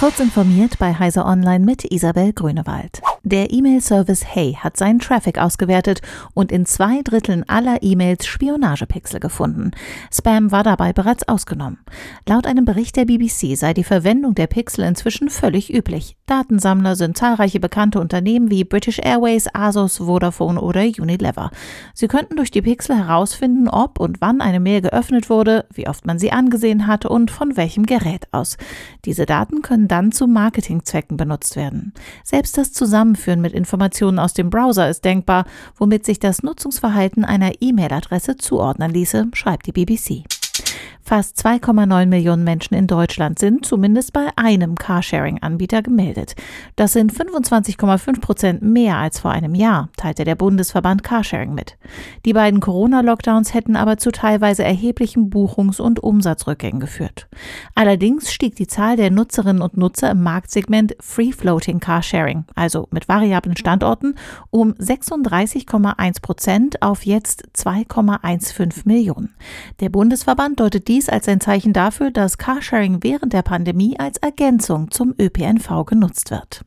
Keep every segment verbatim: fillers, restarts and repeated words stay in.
Kurz informiert bei Heise Online mit Isabel Grünewald. Der E-Mail-Service Hey hat seinen Traffic ausgewertet und in zwei Dritteln aller E-Mails Spionagepixel gefunden. Spam war dabei bereits ausgenommen. Laut einem Bericht der B B C sei die Verwendung der Pixel inzwischen völlig üblich. Datensammler sind zahlreiche bekannte Unternehmen wie British Airways, Asus, Vodafone oder Unilever. Sie könnten durch die Pixel herausfinden, ob und wann eine Mail geöffnet wurde, wie oft man sie angesehen hat und von welchem Gerät aus. Diese Daten können dann zu Marketingzwecken benutzt werden. Selbst das Zusammenführen mit Informationen aus dem Browser ist denkbar, womit sich das Nutzungsverhalten einer E-Mail-Adresse zuordnen ließe, schreibt die B B C. Fast zwei Komma neun Millionen Menschen in Deutschland sind zumindest bei einem Carsharing-Anbieter gemeldet. Das sind fünfundzwanzig Komma fünf Prozent mehr als vor einem Jahr, teilte der Bundesverband Carsharing mit. Die beiden Corona-Lockdowns hätten aber zu teilweise erheblichen Buchungs- und Umsatzrückgängen geführt. Allerdings stieg die Zahl der Nutzerinnen und Nutzer im Marktsegment Free-Floating Carsharing, also mit variablen Standorten, um sechsunddreißig Komma eins Prozent auf jetzt zwei Komma fünfzehn Millionen. Der Bundesverband deutet dies als ein Zeichen dafür, dass Carsharing während der Pandemie als Ergänzung zum Ö P N V genutzt wird.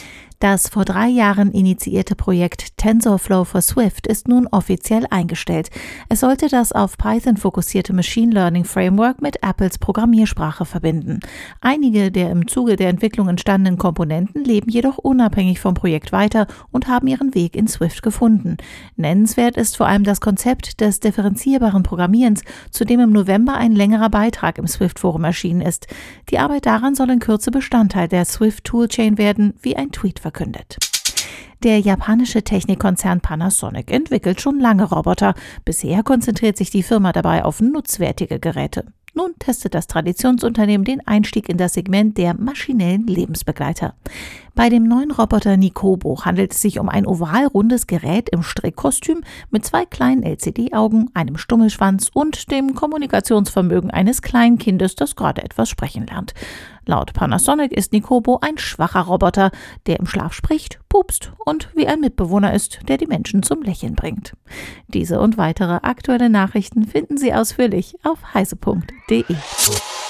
Das vor drei Jahren initiierte Projekt TensorFlow for Swift ist nun offiziell eingestellt. Es sollte das auf Python fokussierte Machine Learning Framework mit Apples Programmiersprache verbinden. Einige der im Zuge der Entwicklung entstandenen Komponenten leben jedoch unabhängig vom Projekt weiter und haben ihren Weg in Swift gefunden. Nennenswert ist vor allem das Konzept des differenzierbaren Programmierens, zu dem im November ein längerer Beitrag im Swift-Forum erschienen ist. Die Arbeit daran soll in Kürze Bestandteil der Swift-Toolchain werden, wie ein Tweet verkündet. verkündet. Der japanische Technikkonzern Panasonic entwickelt schon lange Roboter. Bisher konzentriert sich die Firma dabei auf nutzwertige Geräte. Nun testet das Traditionsunternehmen den Einstieg in das Segment der maschinellen Lebensbegleiter. Bei dem neuen Roboter Nikobo handelt es sich um ein ovalrundes Gerät im Strickkostüm mit zwei kleinen L C D-Augen, einem Stummelschwanz und dem Kommunikationsvermögen eines kleinen Kindes, das gerade etwas sprechen lernt. Laut Panasonic ist Nikobo ein schwacher Roboter, der im Schlaf spricht, pupst und wie ein Mitbewohner ist, der die Menschen zum Lächeln bringt. Diese und weitere aktuelle Nachrichten finden Sie ausführlich auf heise punkt de.